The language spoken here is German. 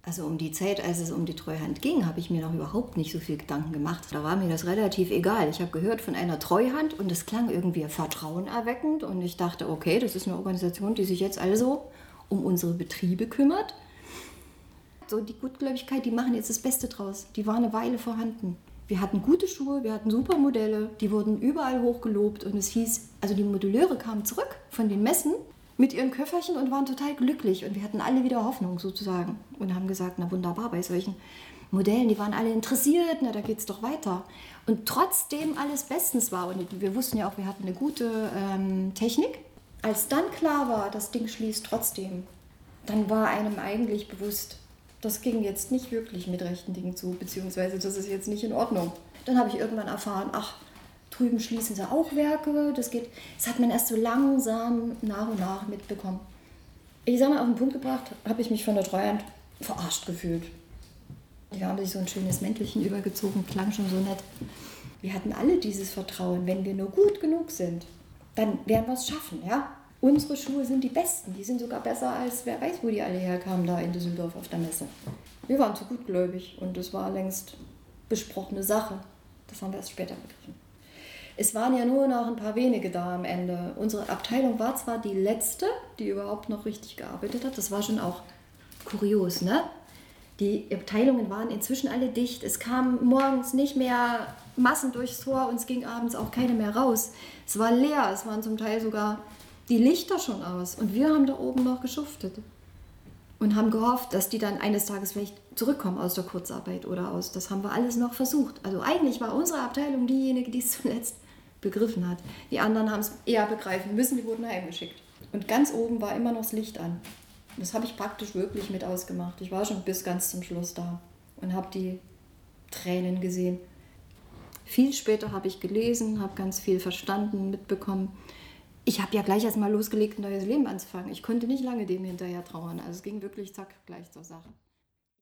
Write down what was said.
Also um die Zeit, als es um die Treuhand ging, habe ich mir noch überhaupt nicht so viel Gedanken gemacht. Da war mir das relativ egal. Ich habe gehört von einer Treuhand und es klang irgendwie vertrauenerweckend. Und ich dachte, okay, das ist eine Organisation, die sich jetzt also um unsere Betriebe kümmert. So die Gutgläubigkeit, die machen jetzt das Beste draus. Die war eine Weile vorhanden. Wir hatten gute Schuhe, wir hatten super Modelle, die wurden überall hochgelobt. Und es hieß, also die Modelleure kamen zurück von den Messen mit ihren Köfferchen und waren total glücklich. Und wir hatten alle wieder Hoffnung sozusagen. Und haben gesagt, na wunderbar, bei solchen Modellen, die waren alle interessiert, na da geht's doch weiter. Und trotzdem alles bestens war. Und wir wussten ja auch, wir hatten eine gute Technik. Als dann klar war, das Ding schließt trotzdem, dann war einem eigentlich bewusst, das ging jetzt nicht wirklich mit rechten Dingen zu, beziehungsweise das ist jetzt nicht in Ordnung. Dann habe ich irgendwann erfahren, ach, drüben schließen sie auch Werke, das hat man erst so langsam nach und nach mitbekommen. Ich sage mal, auf den Punkt gebracht, habe ich mich von der Treuhand verarscht gefühlt. Die haben sich so ein schönes Mäntelchen übergezogen, klang schon so nett. Wir hatten alle dieses Vertrauen, wenn wir nur gut genug sind, dann werden wir es schaffen, ja. Unsere Schuhe sind die besten, die sind sogar besser als, wer weiß, wo die alle herkamen, da in Düsseldorf auf der Messe. Wir waren zu gutgläubig und das war längst besprochene Sache. Das haben wir erst später begriffen. Es waren ja nur noch ein paar wenige da am Ende. Unsere Abteilung war zwar die letzte, die überhaupt noch richtig gearbeitet hat. Das war schon auch kurios, ne? Die Abteilungen waren inzwischen alle dicht. Es kamen morgens nicht mehr Massen durchs Tor und es ging abends auch keine mehr raus. Es war leer, es waren zum Teil sogar die Lichter schon aus. Und wir haben da oben noch geschuftet und haben gehofft, dass die dann eines Tages vielleicht zurückkommen aus der Kurzarbeit oder aus. Das haben wir alles noch versucht. Also eigentlich war unsere Abteilung diejenige, die es zuletzt begriffen hat. Die anderen haben es eher begreifen müssen, die wurden heimgeschickt. Und ganz oben war immer noch das Licht an. Das habe ich praktisch wirklich mit ausgemacht. Ich war schon bis ganz zum Schluss da und habe die Tränen gesehen. Viel später habe ich gelesen, habe ganz viel verstanden, mitbekommen. Ich habe ja gleich erst mal losgelegt, ein neues Leben anzufangen. Ich konnte nicht lange dem hinterher trauern. Also es ging wirklich zack, gleich zur Sache.